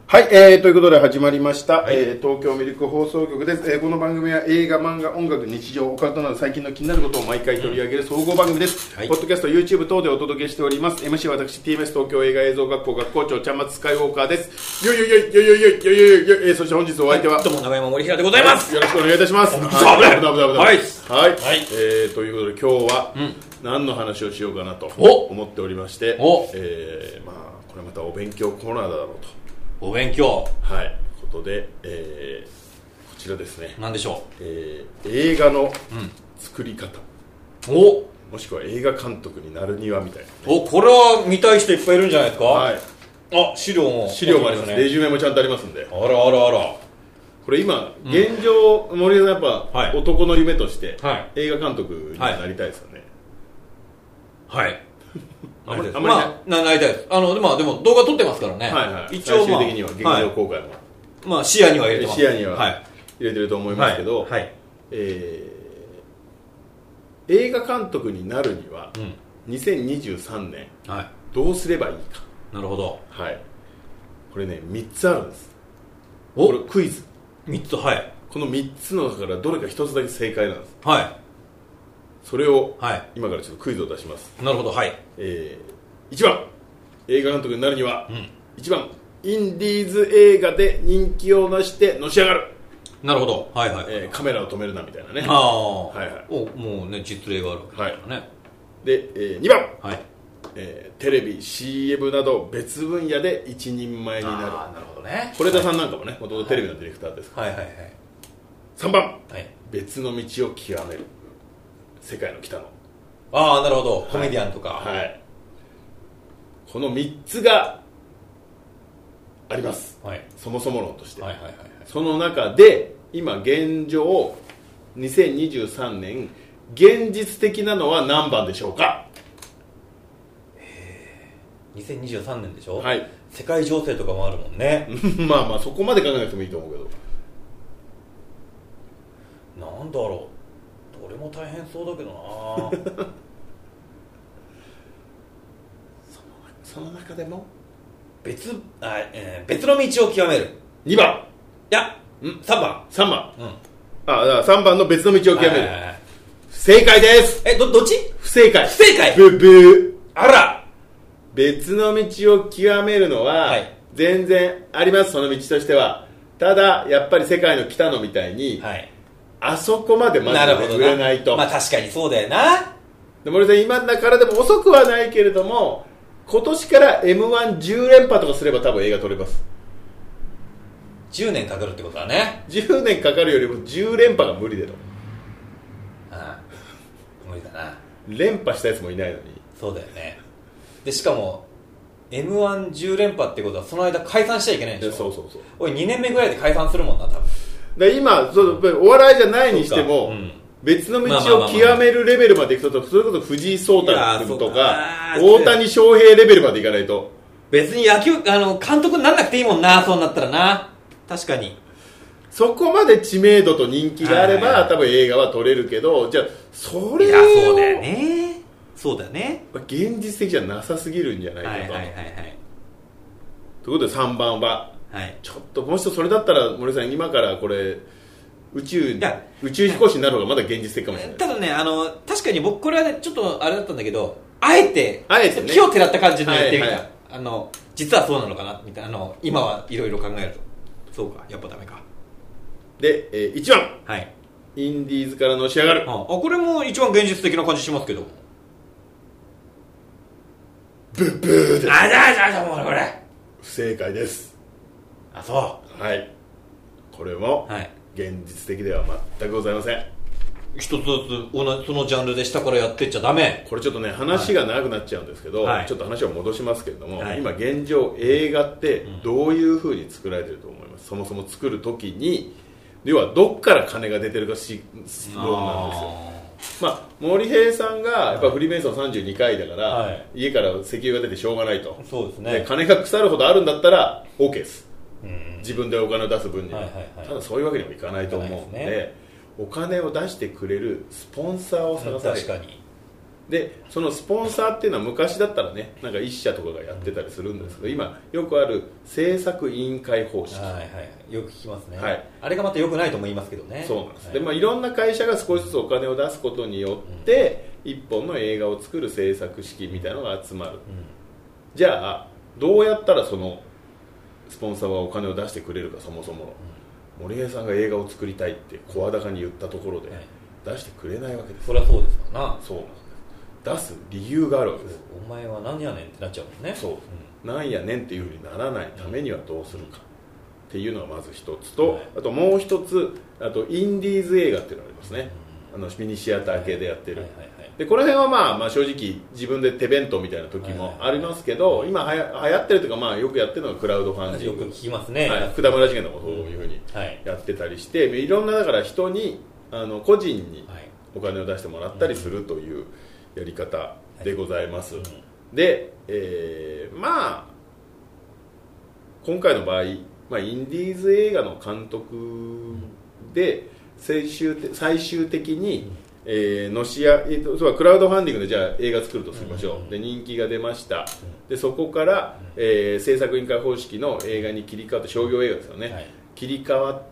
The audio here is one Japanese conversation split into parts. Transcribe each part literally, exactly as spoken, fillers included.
はい、えー、ということで始まりました、 はい、 えー、東京ミルク放送局です、えー、この番組は映画、漫画、音楽、日常、オカルトなど最近の気になることを毎回取り上げる総合番組です、はい、ポッドキャスト、YouTube 等でお届けしております。 エムシー は私 ティーエムエス 東京映画映像学校学校長ちゃんまつスカイウォーカーです。よいよいよいよいよいよいよいよいよいよ、えー、そして本日お相手は、 はい、どうも長山森平でございます、 はい、よろしくお願いいたします。 はい、 はい、はい、 はい、 えー、ということで今日は、うん、何の話をしようかなと思っておりまして、 お、 えー、まあこれまたお勉強コーナーだろうと。 お勉強、 はいことで、えー、こちらですね。 何でしょう、 えー、映画の作り方、 うん、おもしくは映画監督になるにはみたいな、ね、 おこれは見たい人いっぱいいるんじゃないですか。 はい、 あ、資料も資料もあります、レジュメもちゃんとありますんで。 あらあらあら、 これ今、うん、現状森さんやっぱ、はい、男の夢として、はい、映画監督になりたいですよね。 はい、はいあんまり、 まあ、ななりたいです。あの、まあ、でも動画撮ってますからね、 はいはい、 一応、まあ、 最終的には劇場公開も、はい、 まあ、視野には入れてます。 視野には入れてると思いますけど、 はいはい、 えー、映画監督になるには、うん、にせんにじゅうさんねん、はい、どうすればいいか。 なるほど、 はい、これねみっつあるんです。おこれクイズみっつ、はい、 このみっつの中からどれかひとつだけ正解なんです。 はい、 それを、 はい、 今からちょっとクイズを出します。 なるほど、はい、 えー、いちばん映画監督になるには、うん、いちばんインディーズ映画で人気をなしてのし上がる。 なるほど、はいはい、 えー、カメラを止めるなみたいなね。 ああ、 はいはい、 おもうね実例があるわけですからね。はい、 で、えー、にばん、 はい、 えー、テレビ シーエム など別分野で一人前になる。 ああ、なるほどね。 是枝さんなんかもね、もともとテレビのディレクターですから。 はいはいはい。 さんばん、 はい、 別の道を極める。世界の北野。 ああ、なるほど、コメディアンとか。 はい、はい、このみっつがあります、はい、そもそも論として、はいはいはいはい、その中で今現状にせんにじゅうさんねん現実的なのは何番でしょうか。 へー、にせんにじゅうさんねんでしょ、 はい、 世界情勢とかもあるもんねまあまあそこまで考えなくてもいいと思うけど、なんだろう、どれも大変そうだけどなその中でも別、あ、えー、別の道を極める。 にばん、 いや、んさんばん、 さんばん、 うん、 あ、だからさんばんの別の道を極める、不正解です。 え、ど、どっち？ 不正解。 不正解。 ブブー。 あら、 別の道を極めるのは、はい、全然あります、その道としては。ただやっぱり世界の北野みたいに、はい、あそこまでまず売れないと。 まあ確かにそうだよな。 で森さん、今だからでも遅くはないけれども、今年から エムワンじゅう 連覇とかすれば多分映画撮れます。 じゅうねんかかるってことだね。 じゅうねんかかるよりもじゅう連覇が無理だと。 ああ、無理だな。 連覇したやつもいないのに。 そうだよね。でしかも エムワンじゅう 連覇ってことはその間解散しちゃいけないんでしょ。 そうそうそう。 おいにねんめぐらいで解散するもんな、多分。 で今そうお笑いじゃないにしても、うん、別の道を極めるレベルまでいくと、それこそ藤井聡太君とか大谷翔平レベルまでいかないと。 別に野球あの監督にならなくていいもんな、そうなったらな。確かにそこまで知名度と人気があれば、はいはいはい、多分映画は撮れるけど、じゃあそれを、いや、 そうだよね、そうだよね、 現実的じゃなさすぎるんじゃないかと。 はいはいはいはい。 ということでさんばんは、はい、ちょっともしそれだったら森さん、今からこれ宇宙宇宙飛行士になる方がまだ現実的かもしれない。 ただね、あの確かに僕これはねちょっとあれだったんだけど、あえてあえて、ね、 木をてらった感じでやってみた、 はいはい、 あの実はそうなのかなみたいな、あの今はいろいろ考えるとそうか、やっぱダメか。 で、えー、いちばん、 はい、 インディーズからのし上がる。 ああ、これも一番現実的な感じしますけど。 ブッブーです。 あ、じゃあじゃあじゃあもうこれ不正解です。 あ、そう、 はい、これも現実的では全くございません。 一つずつそのジャンルで下からやってっちゃダメ。 これちょっとね話が長くなっちゃうんですけど、はい、ちょっと話を戻しますけれども、はい、今現状映画ってどういう風に作られてると思います、うん、そもそも作る時に要はどっから金が出てるかしどうなんですよ。まあ、森平さんがやっぱフリーメイソンさんじゅうにかいだから、はい、家から石油が出てしょうがないと。 そうですね。 で金が腐るほどあるんだったら OK です、うん、自分でお金を出す分には、はいはいはい、ただそういうわけにもいかないと思うので、お金を出してくれるスポンサーを探される。 確かにでそのスポンサーっていうのは昔だったらねなんか一社とかがやってたりするんですけど、今よくある制作委員会方式、 はいはい、よく聞きますね、 はい、 あれがまた良くないとも言いますけどね。 そうなんです、 はい、 でまあ、いろんな会社が少しずつお金を出すことによって、うん、一本の映画を作る制作資金みたいなのが集まる、うん、じゃあどうやったらそのスポンサーはお金を出してくれるか。そもそも、うん、森江さんが映画を作りたいって声高に言ったところで、はい、出してくれないわけです。 そりゃそうですかな。 そうなんです。出す理由があるわけです。 お前は何やねんってなっちゃうもんね。 そう、うん、何やねんっていうふうにならないためにはどうするかっていうのがまず一つと、はい、あともう一つ、あとインディーズ映画っていうのがありますね、うん、あのミニシアター系でやってる、はいはいはいはい、でこの辺は、まあ、まあ正直自分で手弁当みたいな時もありますけど、はいはいはい、今はや流行ってるというか、まあ、よくやってるのがクラウドファンディング。 よく聞きますね、 はい、福田村事件のことをそういうふうにやってたりして、はい、いろんなだから人にあの個人にお金を出してもらったりするというやり方でございます、はい、で、えー、まあ今回の場合、まあ、インディーズ映画の監督で最終的最終的に、えー、のしやクラウドファンディングでじゃあ映画作るとしましょう。で人気が出ました。でそこから、えー、制作委員会方式の映画に切り替わって商業映画ですよね、はい、切り替わって、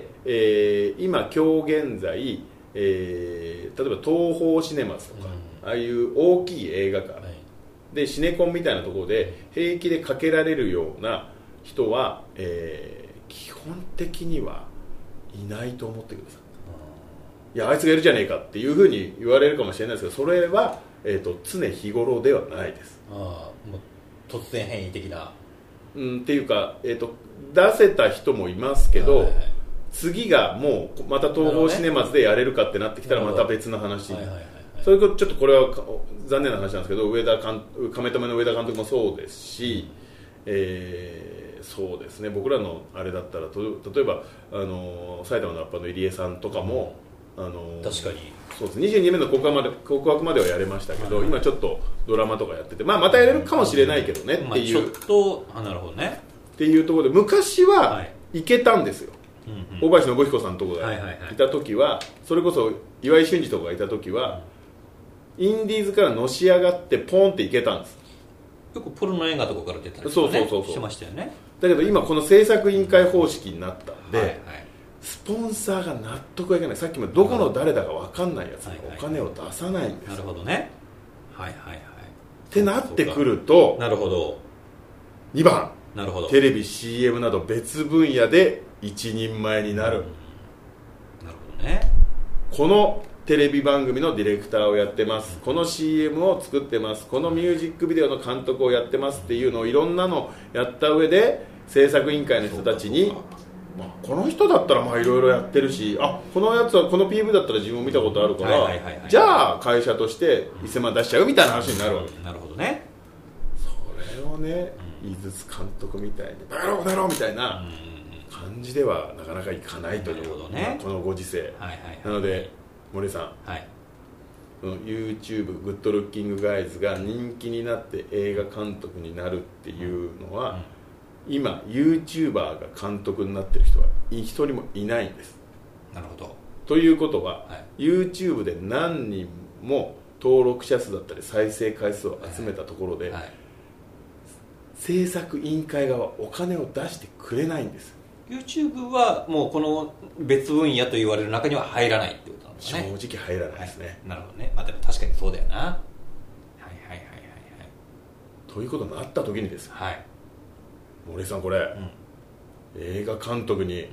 えー、今今日現在、えー、例えば東宝シネマズとか、うん、ああいう大きい映画館、はい、でシネコンみたいなところで平気でかけられるような人は、えー、基本的にはいないと思ってください。いやあいつがいるじゃねえかっていうふうに言われるかもしれないですけど、それは、えー、と常日頃ではないです。 あもう突然変異的な、 うん、っていうか、えー、と出せた人もいますけど、はいはい、次がもうまた東宝シネマズでやれるかってなってきたらまた別の話、はいはいはいはい、それとちょっとこれは残念な話なんですけど、上田監亀止めの上田監督もそうですし、えー、そうですね、僕らのあれだったらと例えばあの埼玉のラッパーの入江さんとかも、うん、あの確かにそうです、にじゅうにねんの告白まで、告白まではやれましたけど、はい、今ちょっとドラマとかやってて、まあ、またやれるかもしれないけどねっていう、 まあ、ちょっとあなるほどねっていうところで昔は行けたんですよ、はい、大林信彦さんのところでいた時は、それこそ岩井俊二とかがいた時は、インディーズからのし上がってポンって行けたんです。 よくポルノ映画とかから出たりとか、ね、 そうそうそうそうしてましたよね。 だけど今この制作委員会方式になったんで、 はいはい、 スポンサーが納得がいかない。さっきもどこの誰だか分かんないやつにお金を出さないんです。 なるほどね。はいはいはい。 ってなってくると、 なるほど。 にばん、 なるほど。 テレビ シーエム など別分野で一人前になる、うん、 なるほどね。 このテレビ番組のディレクターをやってます、この シーエム を作ってます、このミュージックビデオの監督をやってますっていうのをいろんなのやった上で制作委員会の人たちに、まあ、この人だったらいろいろやってるし、あこのやつはこの ピーブイ だったら自分も見たことあるから、じゃあ会社としてせんまん出しちゃうみたいな話になるわけ、 うん、なるほどね。 それをね、うん、井筒監督みたいにバカ野郎バカ野郎みたいな感じではなかなかいかないという、ね、このご時世、はいはいはい、なので森さん、はい、その YouTube グッドルッキングガイズが人気になって映画監督になるっていうのは、うん、今 YouTuber が監督になってる人は一人もいないんです。 なるほど。 ということは、はい、YouTube で何人も登録者数だったり再生回数を集めたところで、はいはい、制作委員会側はお金を出してくれないんです。 YouTube はもうこの別分野と言われる中には入らないってことなんですね。 正直入らないですね、 はい、なるほどね。まあ、でも確かにそうだよな。はいはいはいはいはい。 ということになった時にです、 はい、 森さんこれ、うん、映画監督に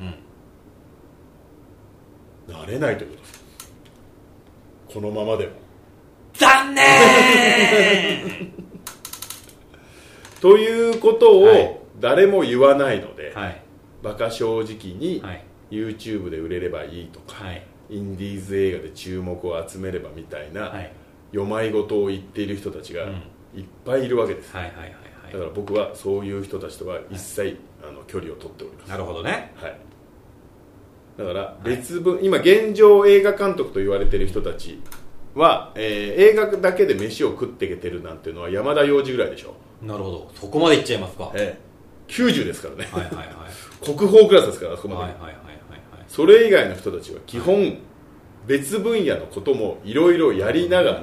なれないということです、うん、このままでも残念ということを誰も言わないので、はい、バカ正直に YouTube で売れればいいとか、はい、インディーズ映画で注目を集めればみたいな、はい、世まい事を言っている人たちがいっぱいいるわけです、はいはいはいはい、だから僕はそういう人たちとは一切、はい、あの距離を取っております。 なるほどね、 はい、だから別分、はい、今現状映画監督と言われている人たちは、えー、映画だけで飯を食っていけてるなんていうのは山田洋次ぐらいでしょ。 なるほど、そこまでいっちゃいますか、 えー、きゅうじゅうですからね、 はいはいはい、 国宝クラスですからあそこまで、はいはいはいはい、それ以外の人たちは基本別分野のこともいろいろやりながら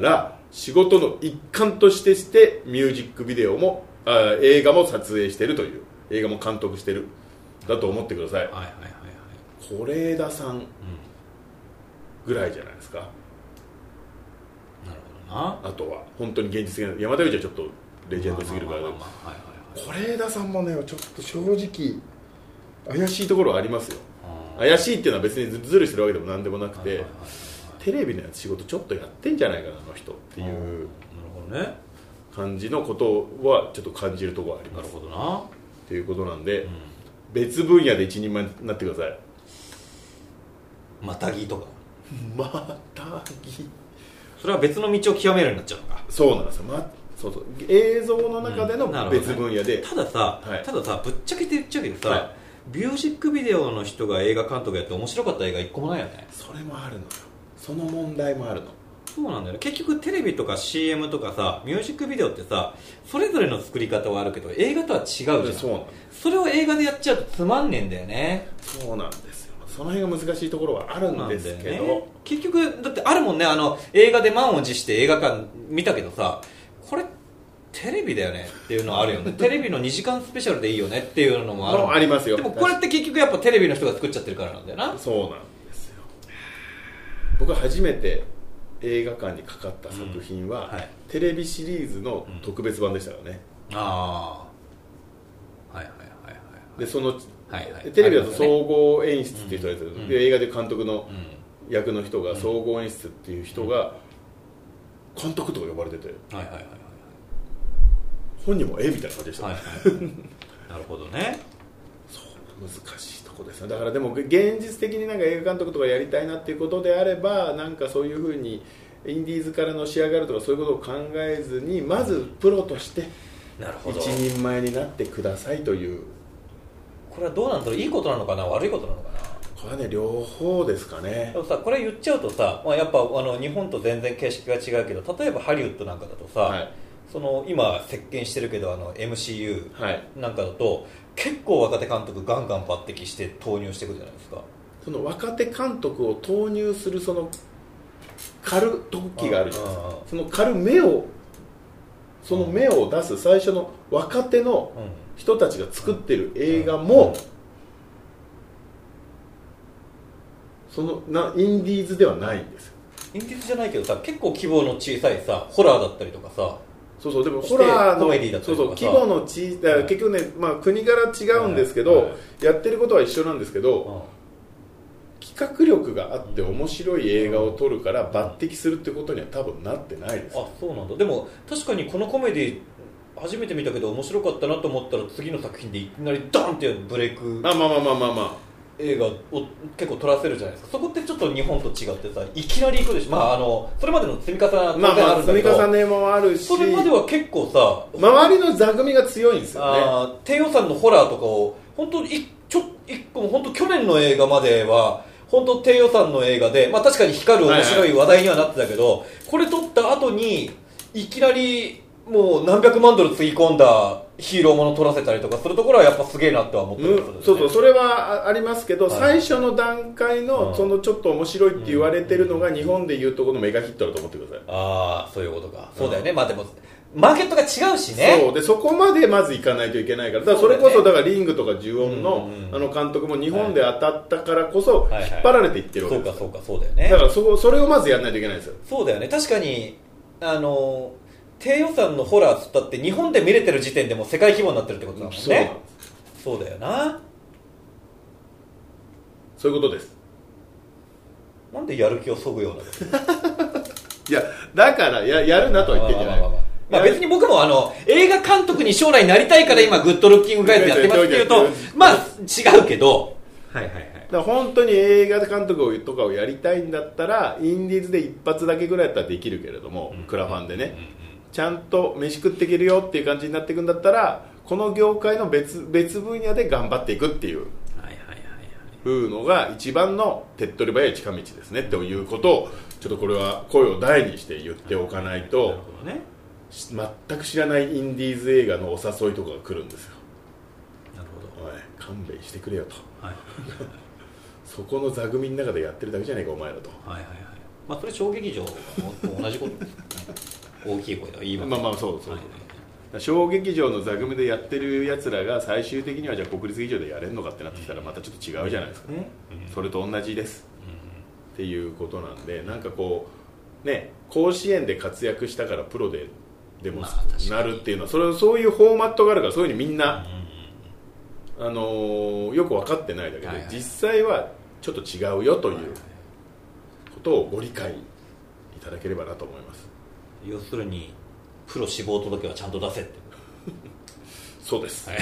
仕事の一環としてしてミュージックビデオもあ映画も撮影してるという映画も監督してるだと思ってください。はいはいはいはい、是枝さんぐらいじゃないですか。 なるほどな。 あとは本当に現実的な山田裕二はちょっとレジェンドすぎるから是枝さんもねちょっと正直怪しいところはありますよ。怪しいっていうのは別にずるしてるわけでも何でもなくて、テレビのやつ仕事ちょっとやってんじゃないかなあの人っていう感じのことはちょっと感じるところはあります。 なるほどなっていうことなんで、うん、別分野で一人前になってください。 またぎとかまたぎそれは別の道を極めるようになっちゃうのか。 そうなんですよ、ま、そうそう映像の中での別分野で、 うんね、たださ、はい、たださぶっちゃけて言っちゃうけどさ、はい、ミュージックビデオの人が映画監督やって面白かった映画一個もないよね。 それもあるのよ。その問題もあるの。 そうなんだよね。結局テレビとか シーエム とかさミュージックビデオってさそれぞれの作り方はあるけど映画とは違うじゃん。そうなんそれを映画でやっちゃうとつまんねえんだよね。 そうなんですよ。その辺が難しいところはあるんですけど、ね、 結局だってあるもんね。あの映画で満を持して映画館見たけどさこれテレビだよねっていうのはあるよねテレビのにじかんスペシャルでいいよねっていうのもある。 ありますよ。 でもこれって結局やっぱテレビの人が作っちゃってるからなんだよな。 そうなんですよ。僕は初めて映画館にかかった作品は、うんはい、テレビシリーズの特別版でしたからね、うん、ああはいはいはいはいでその、はいはい、テレビだと総合演出っていう人がいる、うん、で映画で監督の役の人が総合演出っていう人が監督とか呼ばれてて、はいはいはいはい、本人もえみたいな感じでしたね、はいはいはい、 なるほどね。 そう難しいとこですね。だからでも現実的になんか映画監督とかやりたいなっていうことであればなんかそういうふうにインディーズからのし上がるとかそういうことを考えずにまずプロとして一人前になってくださいという。 これはどうなんだろう。いいことなのかな悪いことなのかな。 これはね両方ですかね。 でもさこれ言っちゃうとさ、まあ、やっぱあの日本と全然形式が違うけど例えばハリウッドなんかだとさ、はい、その今席巻してるけどあの エムシーユー なんかだと、はい、結構若手監督ガンガン抜擢して投入していくじゃないですか。 その若手監督を投入するその狩る時があるじゃないですか。その狩る目をその目を出す最初の若手の人たちが作ってる映画もそのなインディーズではないんですよ。 インディーズじゃないけどさ結構規模の小さいさホラーだったりとかさそうそうでもホラーのコメディだったりとかそうそう規模の小さい、はい、結局ね、まあ、国柄違うんですけど、はいはい、やってることは一緒なんですけど、はい、企画力があって面白い映画を撮るから抜擢するってことには多分なってないです。 あそうなんだ。でも確かにこのコメディ初めて見たけど面白かったなと思ったら次の作品でいきなりダンってブレイクあまあまあまあまあまあ映画を結構撮らせるじゃないですか。そこってちょっと日本と違ってさいきなり行くでしょ。まああのそれまでの積み重ねはまあまあ積み重ねもあるしそれまでは結構さ周りの座組が強いんですよね。あ低予算のホラーとかを本当にちょ一個も本当去年の映画までは本当低予算の映画でまあ確かに光る面白い話題にはなってたけど、はいはい、これ撮った後にいきなりもう何百万ドルつぎ込んだヒーローもの撮らせたりとかするところはやっぱすげえなっては思ってる、ねうん、そうそうそれはありますけど、はい、最初の段階のそのちょっと面白いって言われてるのが日本でいうとこのメガヒットだと思ってください。 ああそういうことか。そうだよね、うん、まあでもマーケットが違うしね。 そうでそこまでまずいかないといけないからだからそれこそだからリングとかジュオンのあの監督も日本で当たったからこそ引っ張られていってるわけです。 そうかそうかそうだよね。 だからそこそれをまずやらないといけないんですよ。 そうだよね。確かにあの低予算のホラーつったって日本で見れてる時点でも世界規模になってるってことだもんね。そうそうだよな。 そういうことです。 なんでやる気をそぐようないやだから や, やるなとは言ってんじゃない。まあまあまあまあ、別に僕もあの映画監督に将来なりたいから今グッドルッキングガイズやってますっていうとまあ違うけどはいはいはい。 だから本当に映画監督とかをやりたいんだったらインディーズで一発だけぐらいだったらできるけれども、うん、クラファンでね、うんうん、ちゃんと飯食っていけるよっていう感じになっていくんだったらこの業界の 別, 別分野で頑張っていくっていう風のが一番の手っ取り早い近道ですねっていうことをちょっとこれは声を大にして言っておかないと、なるほどね、全く知らないインディーズ映画のお誘いとかが来るんですよ。 なるほど。 おい勘弁してくれよと、はい、そこの座組の中でやってるだけじゃないかお前らと。 はいはいはい。まあそれ小劇場も同じことですね大きい声では言います。 まあまあそうそう、はい、小劇場の座組でやってるやつらが最終的にはじゃあ国立劇場でやれるのかってなってきたらまたちょっと違うじゃないですか、ね、うん、それと同じです、うん、っていうことなんで、なんかこうね、甲子園で活躍したからプロででもなるっていうのは、それそういうフォーマットがあるから、そういうふうにみんな、うん、あのー、よく分かってないだけで、はいはい、実際はちょっと違うよということをご理解いただければなと思います。 要するにプロ志望届はちゃんと出せってそうです、はい、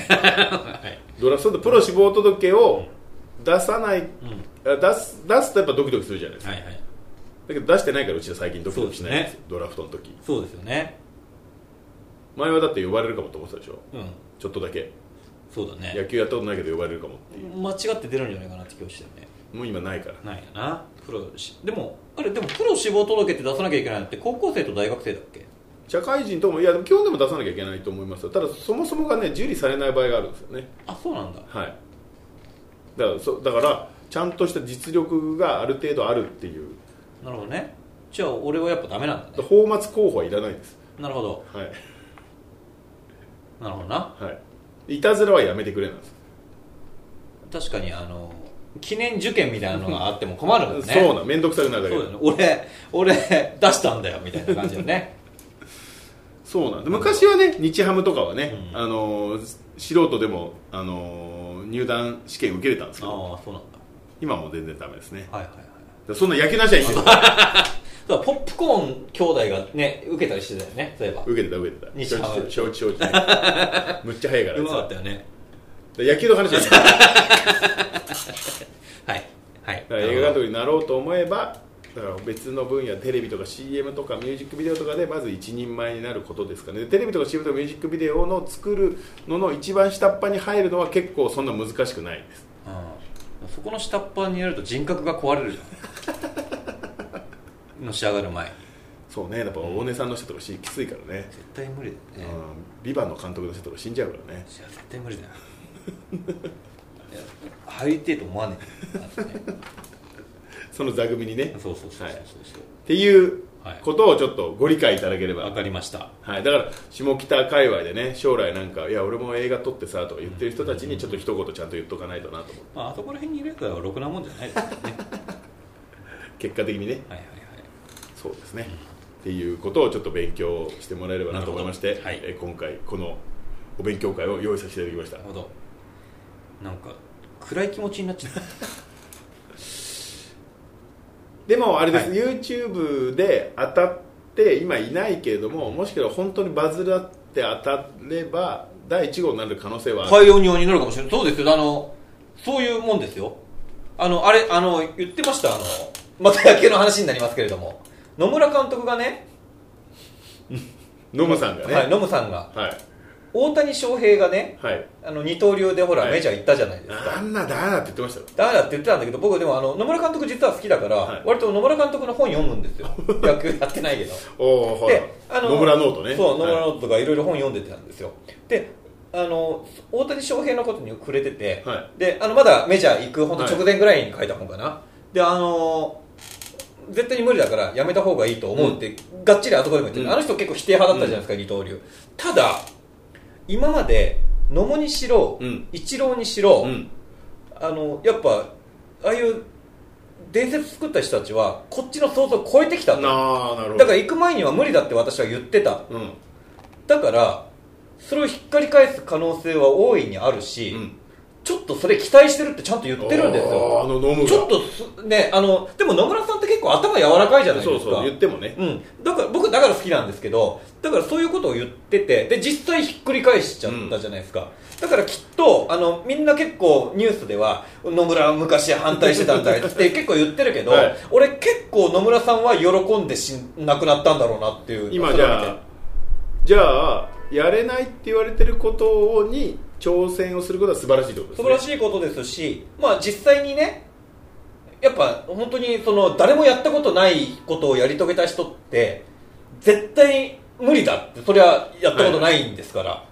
ドラフトでプロ志望届を出さない、うん、出す、出すとやっぱドキドキするじゃないですか、はいはい、だけど出してないからうちは最近ドキドキしないんですよ、ね、ドラフトの時。 そうですよね。 前はだって呼ばれるかもと思ってたでしょ、うん、ちょっとだけ。 そうだね、 野球やったことないけど呼ばれるかもっていう。 間違って出るんじゃないかなって気がしてるね。 もう今ないから。 ないよな。プロでもあれでもプロ志望届って出さなきゃいけないのって高校生と大学生だっけ？ 社会人とも、いやでも基本でも出さなきゃいけないと思いますよ。ただそもそもがね受理されない場合があるんですよね。 あ、そうなんだ。 はい。だからそだからちゃんとした実力がある程度あるっていう。 なるほどね。じゃあ俺はやっぱダメなんだね。 泡沫候補はいらないです。 なるほど。 はい。 なるほどな。 はい。いたずらはやめてくれなんです。 確かにあの記念受験みたいなのがあっても困るもんね。 そうな、面倒くさくなるだけ。 そうだよね。俺俺出したんだよみたいな感じだよね。 そうなんで、昔はね日ハムとかはね、うん、あの素人でもあの入団試験受けれたんですけど、 あ、そうなんだ。 今も全然ダメですね。 はいはいはい。 そんな野球なしはいいんですよ。 ポップコーン兄弟がね受けたりしてたよね。そういえば受けてた受けてた。 日ハム承知承知。むっちゃ早いからうまかったよね。 野球の話ですはいはい。 映画監督になろうと思えば、だから別の分野、テレビとか シーエム とかミュージックビデオとかでまず一人前になることですかね。テレビとか シーエム とかミュージックビデオの作るのの一番下っ端に入るのは結構そんな難しくないです。 うん、そこの下っ端にやると人格が壊れるじゃんのし上がる前に。 そうね、やっぱ大根さんの人とかきついからね。 絶対無理だよね。 ビバンの監督の人とか死んじゃうからね。 絶対無理だよ。入りてえと思わねえ、ね、 その座組にね。 そうそうそうそうそう、はい、 っていうことをちょっとご理解いただければ。 わかりました、 はい、だから下北界隈でね、将来なんかいや俺も映画撮ってさとか言ってる人たちにちょっと一言ちゃんと言っとかないとなと思って、 まあ、あそこら辺にいるやつはろくなもんじゃないですよね結果的にね、 はいはいはい、 そうですね、うん、っていうことをちょっと勉強してもらえればなと思いまして、はい、え今回このお勉強会を用意させていただきました。 なるほど。なんか暗い気持ちになっちゃったでもあれです、はい、YouTube で当たって今いないけれども、もしかしたら本当にバズらって当たればだいいち号になる可能性はある。 パイオニアになるかもしれない。そうですよ、あのそういうもんですよ。あのあれあの言ってました。あのまた野球の話になりますけれども、野村監督がね野村さんがね、 はい、野村さんが、 はい、 大谷翔平がね、 はい、 あの二刀流でほら、はい、メジャー行ったじゃないですか。 あんなダメだって言ってましたよ。 ダメだって言ってたんだけど、僕でもあの野村監督実は好きだから、はい、割と野村監督の本読むんですよ野球やってないけどおであの野村ノートね。 そう、野村ノートとかいろいろ本読んでたんですよ。であの大谷翔平のことに触れてて、はい、であのまだメジャー行く本当直前ぐらいに書いた本かな、はい、であの絶対に無理だからやめた方がいいと思うって、うん、がっちりあそこでも言ってる、うん、あの人結構否定派だったじゃないですか、うん、二刀流。ただ今まで野茂にしろ、うん、イチローにしろ、うん、あのやっぱああいう伝説作った人たちはこっちの想像を超えてきたと。 あ、なるほど。 だから行く前には無理だって私は言ってた、うん、だからそれをひっかり返す可能性は大いにあるし、うん、ちょっとそれ期待してるってちゃんと言ってるんですよ。 あの野村ちょっとね、あのでも野村さんって結構頭柔らかいじゃないですか。 そうそう言ってもね、 うん、だから僕だから好きなんですけど、だからそういうことを言ってて、で実際ひっくり返しちゃったじゃないですか、うん、だからきっとあのみんな結構ニュースでは野村は昔反対してたんだって結構言ってるけど、はい、俺結構野村さんは喜んでしなくなったんだろうなっていう。 今じゃあじゃあやれないって言われてることに挑戦をすることは素晴らしいってことですね。 素晴らしいことですし、まあ、実際にねやっぱ本当にその誰もやったことないことをやり遂げた人って絶対無理だって、それはやったことないんですから、はい、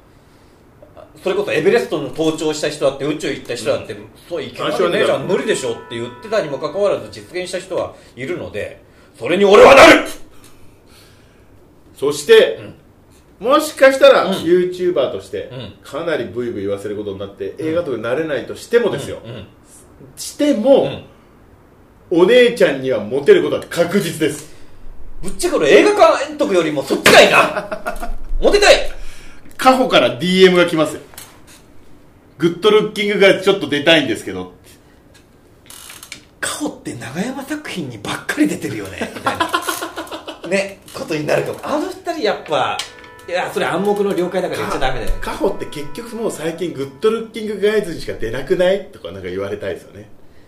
それこそエベレストの登頂した人だって宇宙行った人だって、うん、そういけないねじゃん無理でしょって言ってたにもかかわらず実現した人はいるので、それに俺はなるそして、うん、もしかしたら、うん、YouTuber として、 うん、 かなりブイブイ言わせることになって、うん、映画とかになれないとしてもですよ、うんうん、しても、うん、お姉ちゃんにはモテることは確実です。 ぶっちゃけ俺映画監督よりもそっちがいいなモテたい。 カホから ディーエム が来ますよ。グッドルッキングがちょっと出たいんですけど。 カホって長山作品にばっかり出てるよねみたいなねことになるかも。あの二人やっぱ、いやそれ暗黙の了解だから言っちゃダメだよね。 カホって結局もう最近グッドルッキングガイズにしか出なくないとかなんか言われたいですよね。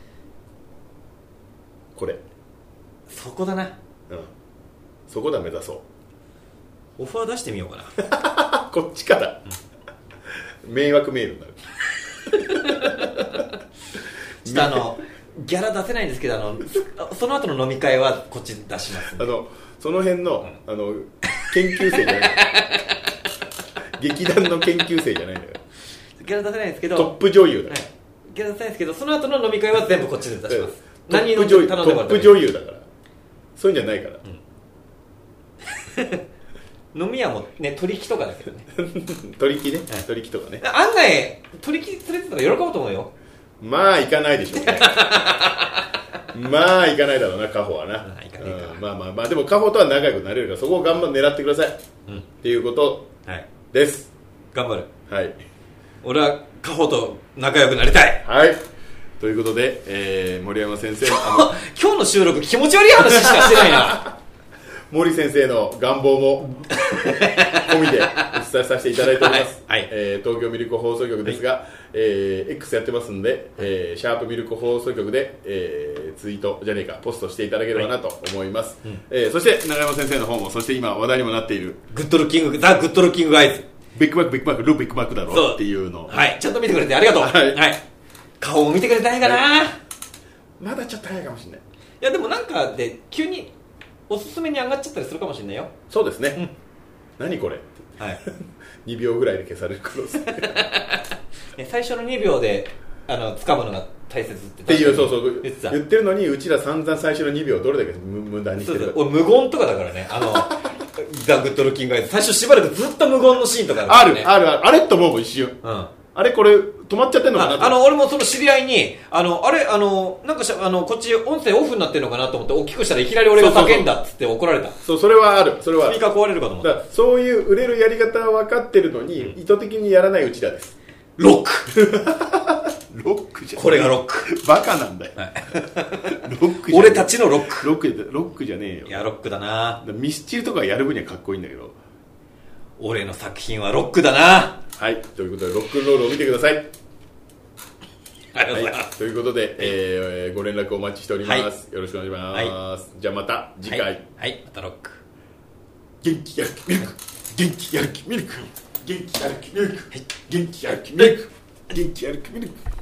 これそこだな。 うん、そこだ、目指そう。 オファー出してみようかなこっちから、うん、迷惑メールになるちょっとあのギャラ出せないんですけど、あのその後の飲み会はこっち出します。 あのその辺の、うん、あの研究生じゃない劇団の研究生じゃないんだよ。 ギャラ出せないんですけどトップ女優だ、はい、 ギャラ出せないんですけど、その後の飲み会は全部こっちで出します。 何人のトップ女優だから、そういうんじゃないから、 うん、飲み屋もね取引とかだけどね取引ね、はい、取引とかね。 案外取引連れてたら喜ぶと思うよ。 まあ行かないでしょうねまあ行かないだろうな、カホはな。 まあ行かないか、 うん、まあまあまあでもカホとは仲良くなれるから、そこを頑張って狙ってください、うん、っていうことです、 はい、頑張る。 はい、俺はカホと仲良くなりたい。 はい、ということで、えー、森山先生の今日の収録気持ち悪い話しかしてないな森先生の願望も込みでお伝えさせていただいております、 はいはい、 えー、東京ミルク放送局ですが、はい、えー、X やってますんで、えー、シャープミルク放送局で、えー、ツイートじゃねえかポストしていただければなと思います、はい、うん、えー、そして永山先生の方も、そして今話題にもなっているグッドルッキングザ・グッドルッキングアイズ、 ビッグマックビッグマックルービッグマックだろっていうのを、 はい、ちゃんと見てくれてありがとう、はい、はい、顔を見てくれてないかな、はい、 まだちょっと早いかもしれない。 いやでもなんかで急におすすめに上がっちゃったりするかもしれないよ。 そうですね、うん、何これ、 はい、 にびょうぐらいで消される可能性ね、最初のにびょうであの掴むのが大切ってっていう、そうそう言って言ってるのに、うちら散々最初のにびょうどれだけ無駄にしてる。 そうそう、俺無言とかだからね、あのザ・グッドルッキングアイズ最初しばらくずっと無言のシーンとかある、ね、あるあるあれと思うもん一瞬、うん、あれこれ止まっちゃってんのかなと。 あの俺もその知り合いにあのあれあのなんかしあのこっち音声オフになってるのかなと思って大きくしたらいきなり俺が叫んだっつって怒られた。 そう、それはある、それはある。 スピーカー壊れるかと思った。 だからそういう売れるやり方は分かってるのに、うん、意図的にやらないうちらです。 ロックロックじゃこれがロック。 バカなんだよ、はい、ロックじゃ俺たちのロック。 ロックロックじゃねえよ。 いやロックだな。 ミスチルとかやる分にはかっこいいんだけど、 俺の作品はロックだな。 はい、ということでロックンロールを見てください。 ありがとうございます、 はい、ということで、えー、ご連絡お待ちしております、はい、よろしくお願いします、はい、じゃあまた次回、はい、 はい、またロック。 元気やる気ミルク、元気やる気ミルク、元気やる気ミルク、元気やる気ミルク、元気やる気ミルク。